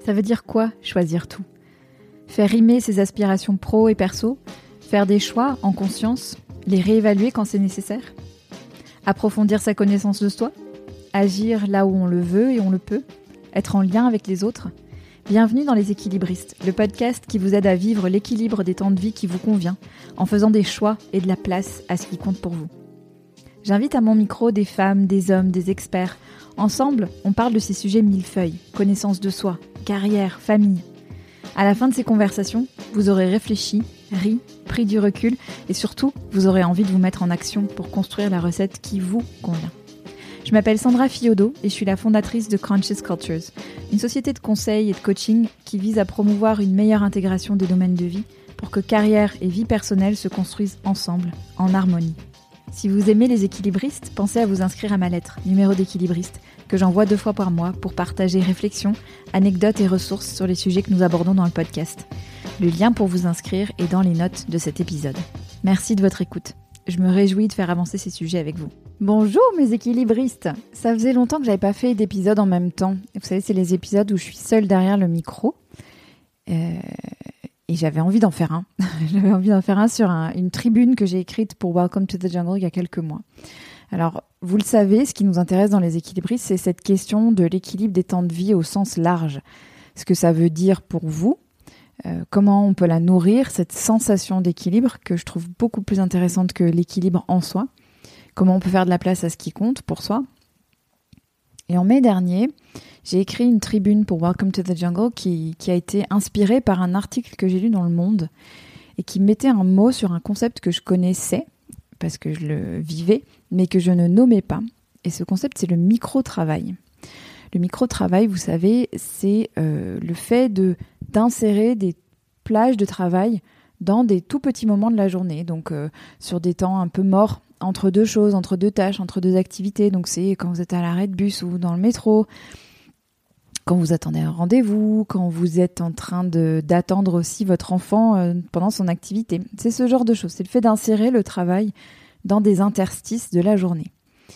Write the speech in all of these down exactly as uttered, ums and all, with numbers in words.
Ça veut dire quoi, choisir tout ? Faire rimer ses aspirations pro et perso ? Faire des choix en conscience ? Les réévaluer quand c'est nécessaire ? Approfondir sa connaissance de soi ? Agir là où on le veut et on le peut ? Être en lien avec les autres ? Bienvenue dans Les Équilibristes, le podcast qui vous aide à vivre l'équilibre des temps de vie qui vous convient, en faisant des choix et de la place à ce qui compte pour vous. J'invite à mon micro des femmes, des hommes, des experts. Ensemble, on parle de ces sujets millefeuilles, connaissance de soi, carrière, famille. À la fin de ces conversations, vous aurez réfléchi, ri, pris du recul et surtout, vous aurez envie de vous mettre en action pour construire la recette qui vous convient. Je m'appelle Sandra Fiodo et je suis la fondatrice de Conscious Cultures, une société de conseil et de coaching qui vise à promouvoir une meilleure intégration des domaines de vie pour que carrière et vie personnelle se construisent ensemble, en harmonie. Si vous aimez les équilibristes, pensez à vous inscrire à ma lettre, numéro d'équilibriste, que j'envoie deux fois par mois pour partager réflexions, anecdotes et ressources sur les sujets que nous abordons dans le podcast. Le lien pour vous inscrire est dans les notes de cet épisode. Merci de votre écoute. Je me réjouis de faire avancer ces sujets avec vous. Bonjour mes équilibristes. Ça faisait longtemps que j'avais pas fait d'épisodes en même temps. Vous savez, c'est les épisodes où je suis seule derrière le micro. Euh... Et j'avais envie d'en faire un. j'avais envie d'en faire un sur un, une tribune que j'ai écrite pour Welcome to the Jungle il y a quelques mois. Alors, vous le savez, ce qui nous intéresse dans les équilibristes, c'est cette question de l'équilibre des temps de vie au sens large. Ce que ça veut dire pour vous, euh, comment on peut la nourrir, cette sensation d'équilibre que je trouve beaucoup plus intéressante que l'équilibre en soi. Comment on peut faire de la place à ce qui compte pour soi. Et en mai dernier, j'ai écrit une tribune pour Welcome to the Jungle qui, qui a été inspirée par un article que j'ai lu dans Le Monde et qui mettait un mot sur un concept que je connaissais, parce que je le vivais, mais que je ne nommais pas. Et ce concept, c'est le micro-travail. Le micro-travail, vous savez, c'est euh, le fait de, d'insérer des plages de travail dans des tout petits moments de la journée, donc euh, sur des temps un peu morts, entre deux choses, entre deux tâches, entre deux activités. Donc c'est quand vous êtes à l'arrêt de bus ou dans le métro, quand vous attendez un rendez-vous, quand vous êtes en train de, d'attendre aussi votre enfant euh, pendant son activité. C'est ce genre de choses. C'est le fait d'insérer le travail dans des interstices de la journée.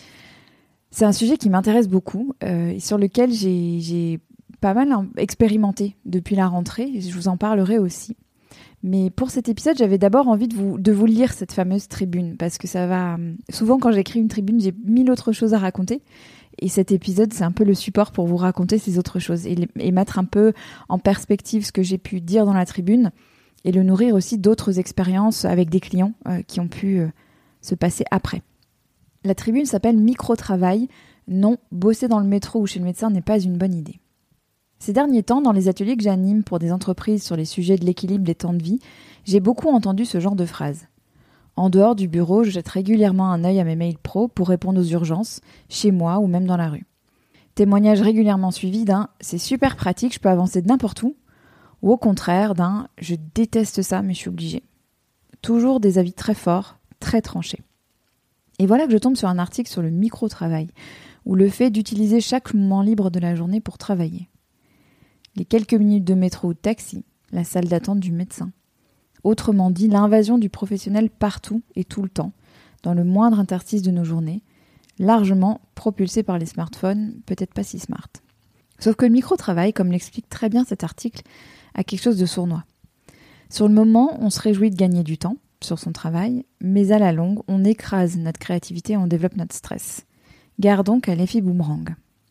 C'est un sujet qui m'intéresse beaucoup euh, et sur lequel j'ai, j'ai pas mal expérimenté depuis la rentrée. Je vous en parlerai aussi. Mais pour cet épisode, j'avais d'abord envie de vous, de vous lire cette fameuse tribune, parce que ça va... Souvent, quand j'écris une tribune, j'ai mille autres choses à raconter, et cet épisode, c'est un peu le support pour vous raconter ces autres choses, et, et mettre un peu en perspective ce que j'ai pu dire dans la tribune, et le nourrir aussi d'autres expériences avec des clients euh, qui ont pu euh, se passer après. La tribune s'appelle « Micro-travail ». Non, bosser dans le métro ou chez le médecin n'est pas une bonne idée. Ces derniers temps, dans les ateliers que j'anime pour des entreprises sur les sujets de l'équilibre des temps de vie, j'ai beaucoup entendu ce genre de phrases. En dehors du bureau, je jette régulièrement un œil à mes mails pro pour répondre aux urgences, chez moi ou même dans la rue. Témoignage régulièrement suivi d'un « c'est super pratique, je peux avancer de n'importe où » ou au contraire d'un « je déteste ça mais je suis obligée ». Toujours des avis très forts, très tranchés. Et voilà que je tombe sur un article sur le micro-travail, ou le fait d'utiliser chaque moment libre de la journée pour travailler. Les quelques minutes de métro ou de taxi, la salle d'attente du médecin. Autrement dit, l'invasion du professionnel partout et tout le temps, dans le moindre interstice de nos journées, largement propulsé par les smartphones, peut-être pas si smart. Sauf que le micro-travail, comme l'explique très bien cet article, a quelque chose de sournois. Sur le moment, on se réjouit de gagner du temps sur son travail, mais à la longue, on écrase notre créativité et on développe notre stress. Gare donc à l'effet boomerang.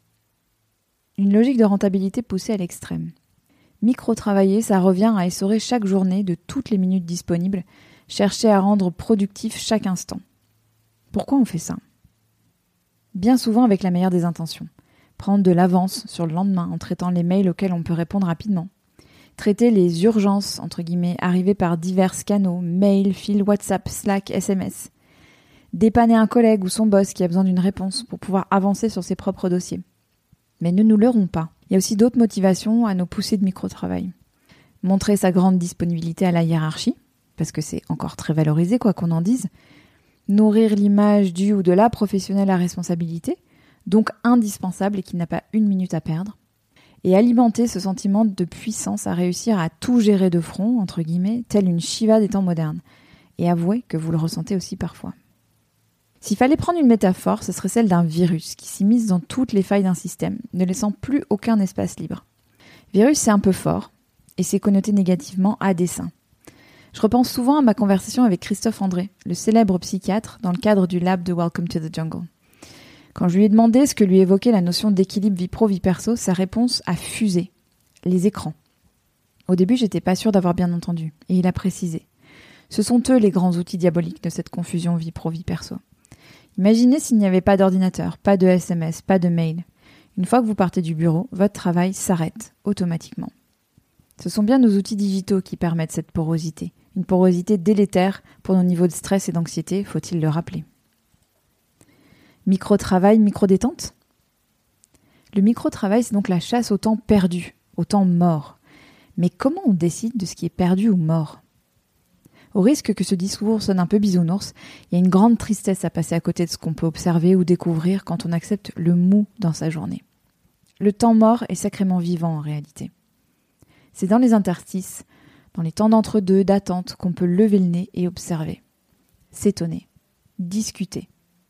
Une logique de rentabilité poussée à l'extrême. Micro-travailler, ça revient à essorer chaque journée de toutes les minutes disponibles, chercher à rendre productif chaque instant. Pourquoi on fait ça ? Bien souvent avec la meilleure des intentions. Prendre de l'avance sur le lendemain en traitant les mails auxquels on peut répondre rapidement. Traiter les urgences, entre guillemets, arrivées par divers canaux, mail, fil, WhatsApp, Slack, S M S. Dépanner un collègue ou son boss qui a besoin d'une réponse pour pouvoir avancer sur ses propres dossiers. Mais ne nous leurrons pas. Il y a aussi d'autres motivations à nos poussées de micro-travail. Montrer sa grande disponibilité à la hiérarchie, parce que c'est encore très valorisé, quoi qu'on en dise. Nourrir l'image du ou de la professionnelle à responsabilité, donc indispensable et qui n'a pas une minute à perdre. Et alimenter ce sentiment de puissance à réussir à tout gérer de front, entre guillemets, telle une Shiva des temps modernes. Et avouez que vous le ressentez aussi parfois. S'il fallait prendre une métaphore, ce serait celle d'un virus qui s'immisce dans toutes les failles d'un système, ne laissant plus aucun espace libre. Virus, c'est un peu fort et c'est connoté négativement à dessein. Je repense souvent à ma conversation avec Christophe André, le célèbre psychiatre, dans le cadre du lab de Welcome to the Jungle. Quand je lui ai demandé ce que lui évoquait la notion d'équilibre vie pro-vie perso, sa réponse a fusé. Les écrans. Au début, j'étais pas sûre d'avoir bien entendu, et il a précisé. Ce sont eux les grands outils diaboliques de cette confusion vie pro-vie perso. Imaginez s'il n'y avait pas d'ordinateur, pas de S M S, pas de mail. Une fois que vous partez du bureau, votre travail s'arrête automatiquement. Ce sont bien nos outils digitaux qui permettent cette porosité. Une porosité délétère pour nos niveaux de stress et d'anxiété, faut-il le rappeler. Micro-travail, micro-détente ? Le micro-travail, c'est donc la chasse au temps perdu, au temps mort. Mais comment on décide de ce qui est perdu ou mort ? Au risque que ce discours sonne un peu bisounours, il y a une grande tristesse à passer à côté de ce qu'on peut observer ou découvrir quand on accepte le mou dans sa journée. Le temps mort est sacrément vivant en réalité. C'est dans les interstices, dans les temps d'entre-deux, d'attente, qu'on peut lever le nez et observer, s'étonner, discuter.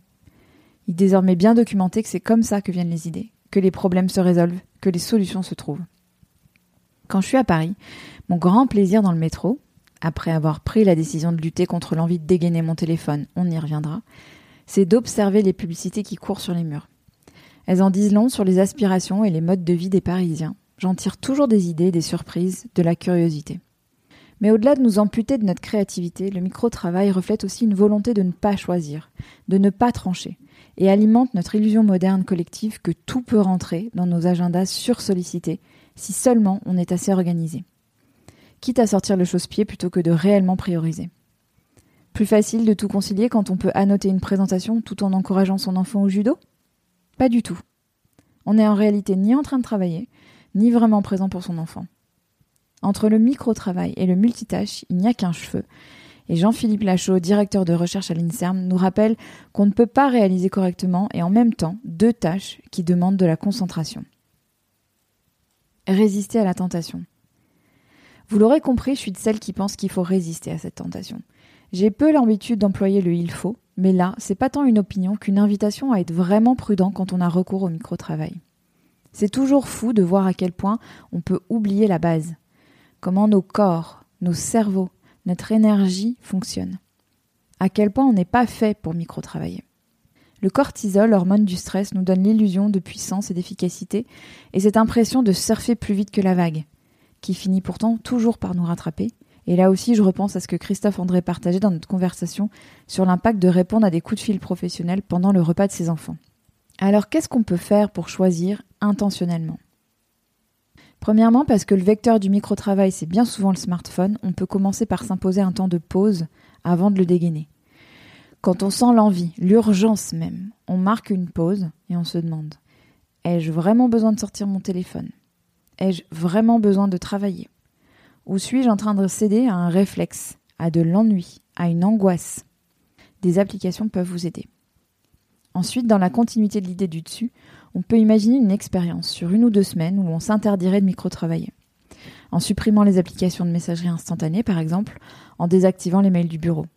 Il est désormais bien documenté que c'est comme ça que viennent les idées, que les problèmes se résolvent, que les solutions se trouvent. Quand je suis à Paris, mon grand plaisir dans le métro, après avoir pris la décision de lutter contre l'envie de dégainer mon téléphone, on y reviendra, c'est d'observer les publicités qui courent sur les murs. Elles en disent long sur les aspirations et les modes de vie des Parisiens. J'en tire toujours des idées, des surprises, de la curiosité. Mais au-delà de nous amputer de notre créativité, le micro-travail reflète aussi une volonté de ne pas choisir, de ne pas trancher, et alimente notre illusion moderne collective que tout peut rentrer dans nos agendas sursollicités, si seulement on est assez organisé. Quitte à sortir le chausse-pied plutôt que de réellement prioriser. Plus facile de tout concilier quand on peut annoter une présentation tout en encourageant son enfant au judo ? Pas du tout. On n'est en réalité ni en train de travailler, ni vraiment présent pour son enfant. Entre le micro-travail et le multitâche, il n'y a qu'un cheveu. Et Jean-Philippe Lachaud, directeur de recherche à l'INSERM, nous rappelle qu'on ne peut pas réaliser correctement et en même temps deux tâches qui demandent de la concentration. Résister à la tentation. Vous l'aurez compris, je suis de celles qui pensent qu'il faut résister à cette tentation. J'ai peu l'habitude d'employer le « il faut », mais là, c'est pas tant une opinion qu'une invitation à être vraiment prudent quand on a recours au micro-travail. C'est toujours fou de voir à quel point on peut oublier la base. Comment nos corps, nos cerveaux, notre énergie fonctionnent. À quel point on n'est pas fait pour micro-travailler. Le cortisol, hormone du stress, nous donne l'illusion de puissance et d'efficacité et cette impression de surfer plus vite que la vague, qui finit pourtant toujours par nous rattraper. Et là aussi, je repense à ce que Christophe André partageait dans notre conversation sur l'impact de répondre à des coups de fil professionnels pendant le repas de ses enfants. Alors, qu'est-ce qu'on peut faire pour choisir intentionnellement ? Premièrement, parce que le vecteur du micro-travail, c'est bien souvent le smartphone, on peut commencer par s'imposer un temps de pause avant de le dégainer. Quand on sent l'envie, l'urgence même, on marque une pause et on se demande « Ai-je vraiment besoin de sortir mon téléphone ? Ai-je vraiment besoin de travailler ? Ou suis-je en train de céder à un réflexe, à de l'ennui, à une angoisse ?» Des applications peuvent vous aider. Ensuite, dans la continuité de l'idée du dessus, on peut imaginer une expérience sur une ou deux semaines où on s'interdirait de micro-travailler. En supprimant les applications de messagerie instantanée, par exemple, en désactivant les mails du bureau.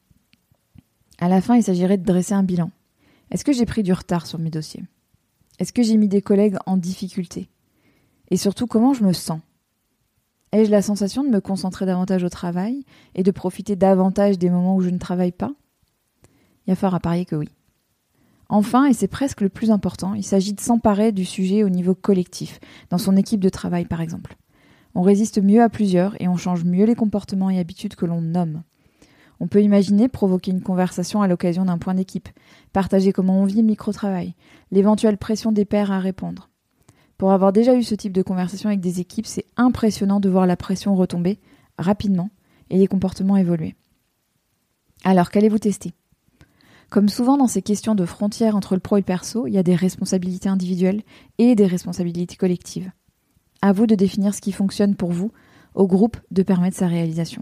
À la fin, il s'agirait de dresser un bilan. Est-ce que j'ai pris du retard sur mes dossiers ? Est-ce que j'ai mis des collègues en difficulté ? Et surtout, comment je me sens ? Ai-je la sensation de me concentrer davantage au travail et de profiter davantage des moments où je ne travaille pas ? Il y a fort à parier que oui. Enfin, et c'est presque le plus important, il s'agit de s'emparer du sujet au niveau collectif, dans son équipe de travail par exemple. On résiste mieux à plusieurs et on change mieux les comportements et habitudes que l'on nomme. On peut imaginer provoquer une conversation à l'occasion d'un point d'équipe, partager comment on vit le micro-travail, l'éventuelle pression des pairs à répondre. Pour avoir déjà eu ce type de conversation avec des équipes, c'est impressionnant de voir la pression retomber rapidement et les comportements évoluer. Alors, qu'allez-vous tester ? Comme souvent dans ces questions de frontières entre le pro et le perso, il y a des responsabilités individuelles et des responsabilités collectives. À vous de définir ce qui fonctionne pour vous, au groupe de permettre sa réalisation.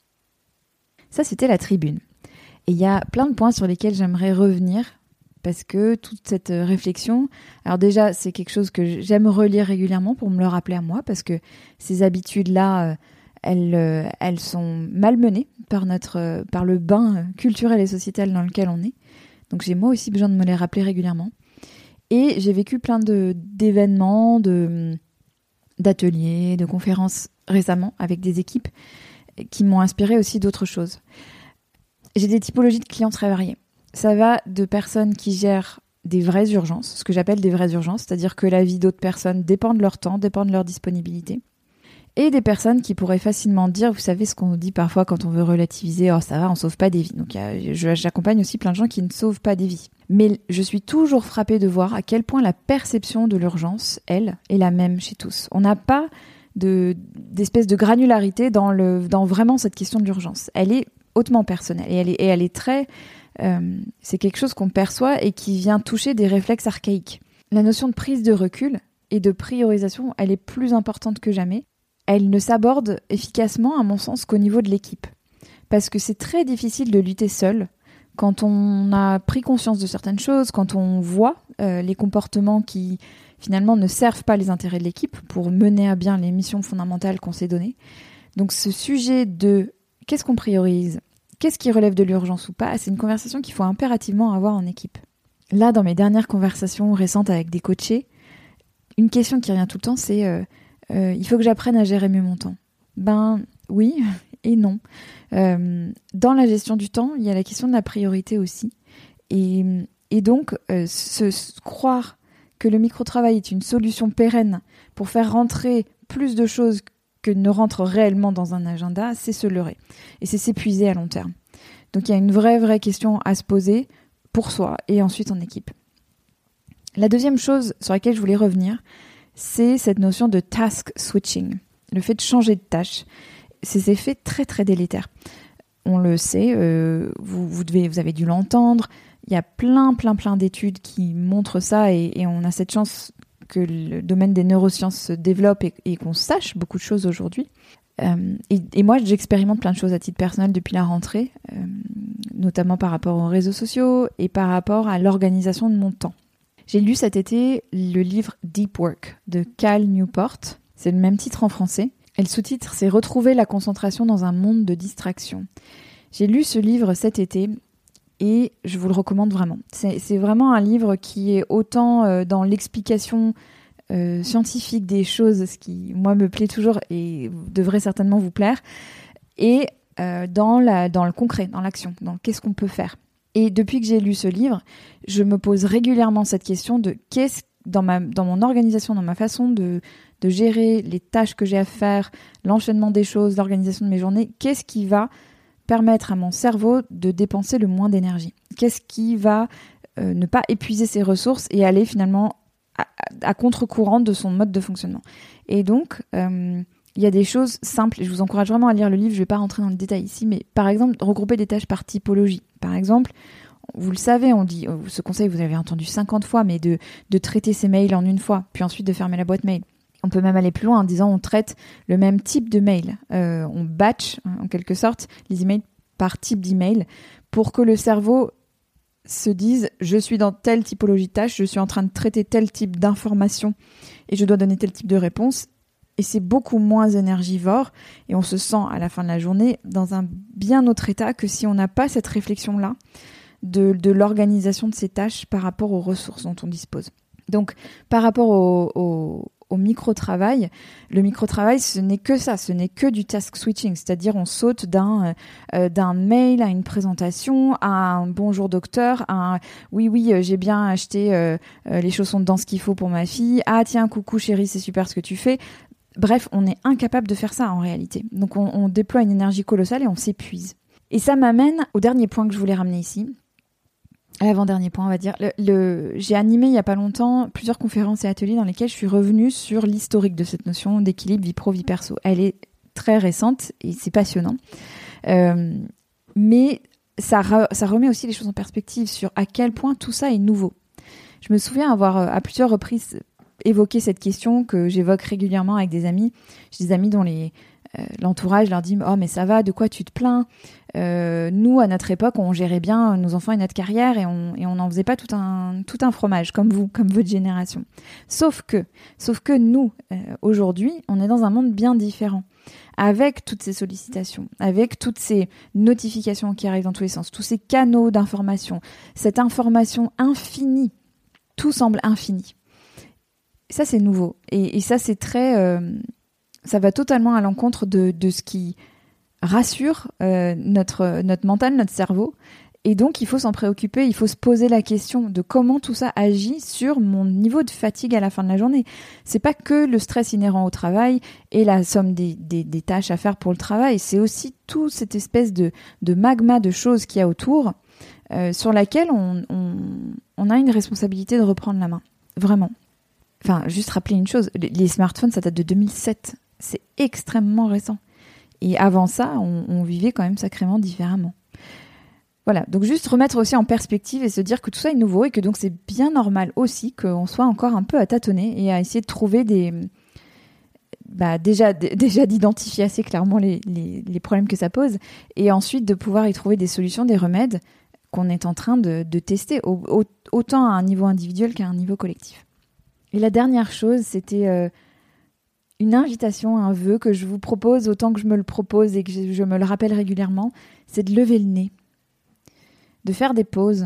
Ça, c'était la tribune. Et il y a plein de points sur lesquels j'aimerais revenir, parce que toute cette réflexion, alors déjà, c'est quelque chose que j'aime relire régulièrement pour me le rappeler à moi, parce que ces habitudes-là, elles, elles sont malmenées par, notre, par le bain culturel et sociétal dans lequel on est. Donc j'ai moi aussi besoin de me les rappeler régulièrement. Et j'ai vécu plein de, d'événements, de, d'ateliers, de conférences récemment avec des équipes qui m'ont inspiré aussi d'autres choses. J'ai des typologies de clients très variées. Ça va de personnes qui gèrent des vraies urgences, ce que j'appelle des vraies urgences, c'est-à-dire que la vie d'autres personnes dépend de leur temps, dépend de leur disponibilité. Et des personnes qui pourraient facilement dire, vous savez ce qu'on dit parfois quand on veut relativiser, oh ça va, on sauve pas des vies. Donc je, j'accompagne aussi plein de gens qui ne sauvent pas des vies. Mais je suis toujours frappée de voir à quel point la perception de l'urgence, elle, est la même chez tous. On n'a pas de, d'espèce de granularité dans, le, dans vraiment cette question de l'urgence. Elle est hautement personnelle et elle est, et elle est très... Euh, c'est quelque chose qu'on perçoit et qui vient toucher des réflexes archaïques. La notion de prise de recul et de priorisation, elle est plus importante que jamais. Elle ne s'aborde efficacement, à mon sens, qu'au niveau de l'équipe. Parce que c'est très difficile de lutter seul quand on a pris conscience de certaines choses, quand on voit euh, les comportements qui, finalement, ne servent pas les intérêts de l'équipe pour mener à bien les missions fondamentales qu'on s'est données. Donc ce sujet de qu'est-ce qu'on priorise, qu'est-ce qui relève de l'urgence ou pas, c'est une conversation qu'il faut impérativement avoir en équipe. Là, dans mes dernières conversations récentes avec des coachés, une question qui revient tout le temps, c'est euh, euh, il faut que j'apprenne à gérer mieux mon temps. Ben oui et non. Euh, dans la gestion du temps, il y a la question de la priorité aussi. Et, et donc, euh, se, se croire que le micro-travail est une solution pérenne pour faire rentrer plus de choses que ne rentre réellement dans un agenda, c'est se leurrer. Et c'est s'épuiser à long terme. Donc il y a une vraie, vraie question à se poser pour soi et ensuite en équipe. La deuxième chose sur laquelle je voulais revenir, c'est cette notion de task switching, le fait de changer de tâche. Ces effets très, très délétères. On le sait, euh, vous, vous, devez, vous avez dû l'entendre, il y a plein, plein, plein d'études qui montrent ça et, et on a cette chance que le domaine des neurosciences se développe et, et qu'on sache beaucoup de choses aujourd'hui. Euh, et, et moi, j'expérimente plein de choses à titre personnel depuis la rentrée, euh, notamment par rapport aux réseaux sociaux et par rapport à l'organisation de mon temps. J'ai lu cet été le livre Deep Work de Cal Newport. C'est le même titre en français. Et le sous-titre, c'est « Retrouver la concentration dans un monde de distraction ». J'ai lu ce livre cet été et je vous le recommande vraiment. C'est, c'est vraiment un livre qui est autant euh, dans l'explication euh, scientifique des choses, ce qui, moi, me plaît toujours et devrait certainement vous plaire, et euh, dans, la, dans le concret, dans l'action, dans qu'est-ce qu'on peut faire. Et depuis que j'ai lu ce livre, je me pose régulièrement cette question de qu'est-ce dans, ma, dans mon organisation, dans ma façon de, de gérer les tâches que j'ai à faire, l'enchaînement des choses, l'organisation de mes journées, qu'est-ce qui va permettre à mon cerveau de dépenser le moins d'énergie? Qu'est-ce qui va euh, ne pas épuiser ses ressources et aller finalement à, à contre-courant de son mode de fonctionnement? Et donc, euh, il y a des choses simples, et je vous encourage vraiment à lire le livre, je ne vais pas rentrer dans le détail ici, mais par exemple, regrouper des tâches par typologie. Par exemple, vous le savez, on dit, ce conseil vous l'avez entendu cinquante fois, mais de, de traiter ses mails en une fois, puis ensuite de fermer la boîte mail. On peut même aller plus loin en disant on traite le même type de mail. Euh, on batch, en quelque sorte, les emails par type d'email pour que le cerveau se dise je suis dans telle typologie de tâche, je suis en train de traiter tel type d'information et je dois donner tel type de réponse. Et c'est beaucoup moins énergivore et on se sent à la fin de la journée dans un bien autre état que si on n'a pas cette réflexion-là de, de l'organisation de ces tâches par rapport aux ressources dont on dispose. Donc, par rapport au, au, au micro-travail, le micro-travail, ce n'est que ça, ce n'est que du task switching, c'est-à-dire on saute d'un, euh, d'un mail à une présentation, à un bonjour docteur, à un oui, oui, j'ai bien acheté euh, euh, les chaussons de danse qu'il faut pour ma fille, ah tiens, coucou chérie, c'est super ce que tu fais. Bref, on est incapable de faire ça en réalité. Donc on, on déploie une énergie colossale et on s'épuise. Et ça m'amène au dernier point que je voulais ramener ici. L'avant-dernier point, on va dire. Le, le, j'ai animé il n'y a pas longtemps plusieurs conférences et ateliers dans lesquels je suis revenue sur l'historique de cette notion d'équilibre vie pro, vie perso. Elle est très récente et c'est passionnant. Euh, mais ça, re, ça remet aussi les choses en perspective sur à quel point tout ça est nouveau. Je me souviens avoir à plusieurs reprises évoqué cette question que j'évoque régulièrement avec des amis. J'ai des amis dont les... Euh, l'entourage leur dit « Oh, mais ça va, de quoi tu te plains euh, Nous, à notre époque, on gérait bien nos enfants et notre carrière et on et on n'en faisait pas tout un, tout un fromage, comme vous, comme votre génération. » Sauf que, sauf que nous, euh, aujourd'hui, on est dans un monde bien différent. Avec toutes ces sollicitations, avec toutes ces notifications qui arrivent dans tous les sens, tous ces canaux d'information, cette information infinie, tout semble infini. Ça, c'est nouveau. Et, et ça, c'est très... Euh, ça va totalement à l'encontre de, de ce qui rassure euh, notre, notre mental, notre cerveau. Et donc, il faut s'en préoccuper, il faut se poser la question de comment tout ça agit sur mon niveau de fatigue à la fin de la journée. C'est pas que le stress inhérent au travail et la somme des, des, des tâches à faire pour le travail, c'est aussi toute cette espèce de, de magma de choses qu'il y a autour euh, sur laquelle on, on, on a une responsabilité de reprendre la main. Vraiment. Enfin, juste rappeler une chose, les smartphones, ça date de deux mille sept. C'est extrêmement récent. Et avant ça, on, on vivait quand même sacrément différemment. Voilà, donc juste remettre aussi en perspective et se dire que tout ça est nouveau et que donc c'est bien normal aussi qu'on soit encore un peu à tâtonner et à essayer de trouver des... Bah déjà, d- déjà d'identifier assez clairement les, les, les problèmes que ça pose et ensuite de pouvoir y trouver des solutions, des remèdes qu'on est en train de, de tester au, au, autant à un niveau individuel qu'à un niveau collectif. Et la dernière chose, c'était euh, une invitation, un vœu que je vous propose autant que je me le propose et que je, je me le rappelle régulièrement, c'est de lever le nez. De faire des pauses,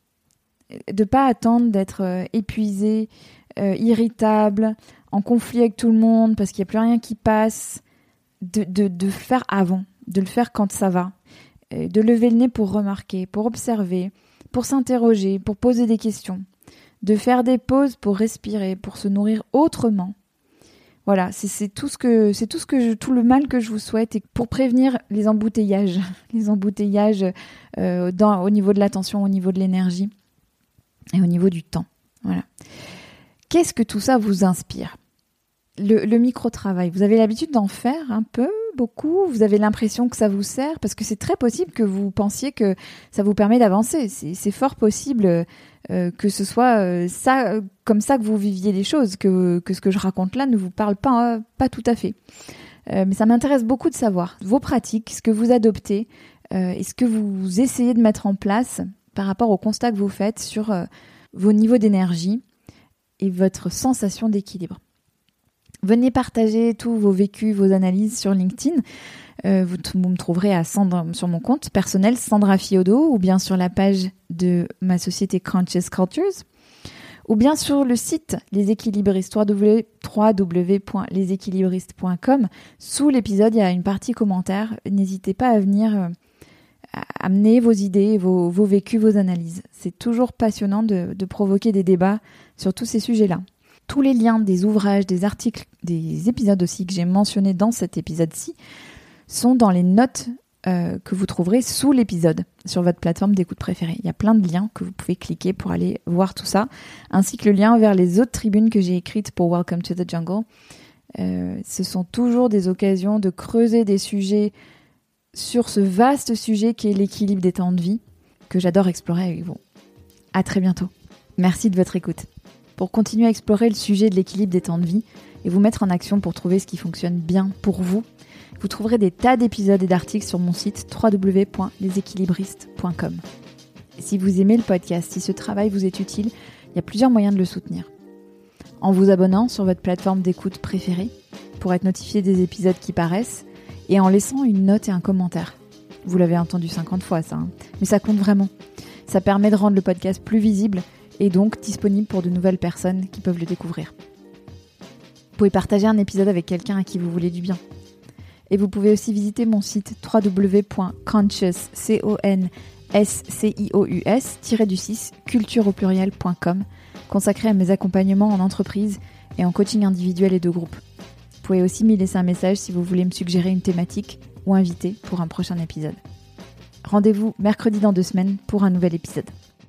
de pas attendre d'être euh, épuisé, euh, irritable, en conflit avec tout le monde parce qu'il n'y a plus rien qui passe, de, de, de le faire avant, de le faire quand ça va, euh, de lever le nez pour remarquer, pour observer, pour s'interroger, pour poser des questions, de faire des pauses pour respirer, pour se nourrir autrement. Voilà, c'est, c'est tout ce que c'est tout ce que je, tout le mal que je vous souhaite et pour prévenir les embouteillages, les embouteillages euh, dans, au niveau de l'attention, au niveau de l'énergie et au niveau du temps. Voilà. Qu'est-ce que tout ça vous inspire ? Le, le micro-travail, vous avez l'habitude d'en faire un peu, beaucoup ? Vous avez l'impression que ça vous sert ? Parce que c'est très possible que vous pensiez que ça vous permet d'avancer. C'est, c'est fort possible euh, que ce soit euh, ça, euh, comme ça que vous viviez les choses, que, que ce que je raconte là ne vous parle pas, euh, pas tout à fait. Euh, mais ça m'intéresse beaucoup de savoir vos pratiques, ce que vous adoptez euh, et ce que vous essayez de mettre en place par rapport au constat que vous faites sur euh, vos niveaux d'énergie et votre sensation d'équilibre. Venez partager tous vos vécus, vos analyses sur LinkedIn. Euh, vous, t- vous me trouverez à Sandra, sur mon compte personnel Sandra Fiodo ou bien sur la page de ma société Conscious Cultures ou bien sur le site Les Équilibristes, w w w point les équilibristes point com. Sous l'épisode, il y a une partie commentaire. N'hésitez pas à venir euh, amener vos idées, vos, vos vécus, vos analyses. C'est toujours passionnant de, de provoquer des débats sur tous ces sujets-là. Tous les liens des ouvrages, des articles, des épisodes aussi que j'ai mentionnés dans cet épisode-ci sont dans les notes euh, que vous trouverez sous l'épisode sur votre plateforme d'écoute préférée. Il y a plein de liens que vous pouvez cliquer pour aller voir tout ça, ainsi que le lien vers les autres tribunes que j'ai écrites pour Welcome to the Jungle. Euh, ce sont toujours des occasions de creuser des sujets sur ce vaste sujet qui est l'équilibre des temps de vie, que j'adore explorer avec vous. À très bientôt. Merci de votre écoute. Pour continuer à explorer le sujet de l'équilibre des temps de vie et vous mettre en action pour trouver ce qui fonctionne bien pour vous, vous trouverez des tas d'épisodes et d'articles sur mon site w w w point les équilibristes point com. Si vous aimez le podcast, si ce travail vous est utile, il y a plusieurs moyens de le soutenir. En vous abonnant sur votre plateforme d'écoute préférée pour être notifié des épisodes qui paraissent et en laissant une note et un commentaire. Vous l'avez entendu cinquante fois ça, hein, mais ça compte vraiment. Ça permet de rendre le podcast plus visible et donc disponible pour de nouvelles personnes qui peuvent le découvrir. Vous pouvez partager un épisode avec quelqu'un à qui vous voulez du bien. Et vous pouvez aussi visiter mon site w w w point conscious, c o n s c i o u s du six culture au pluriel point com, consacré à mes accompagnements en entreprise et en coaching individuel et de groupe. Vous pouvez aussi m'y laisser un message si vous voulez me suggérer une thématique ou inviter pour un prochain épisode. Rendez-vous mercredi dans deux semaines pour un nouvel épisode.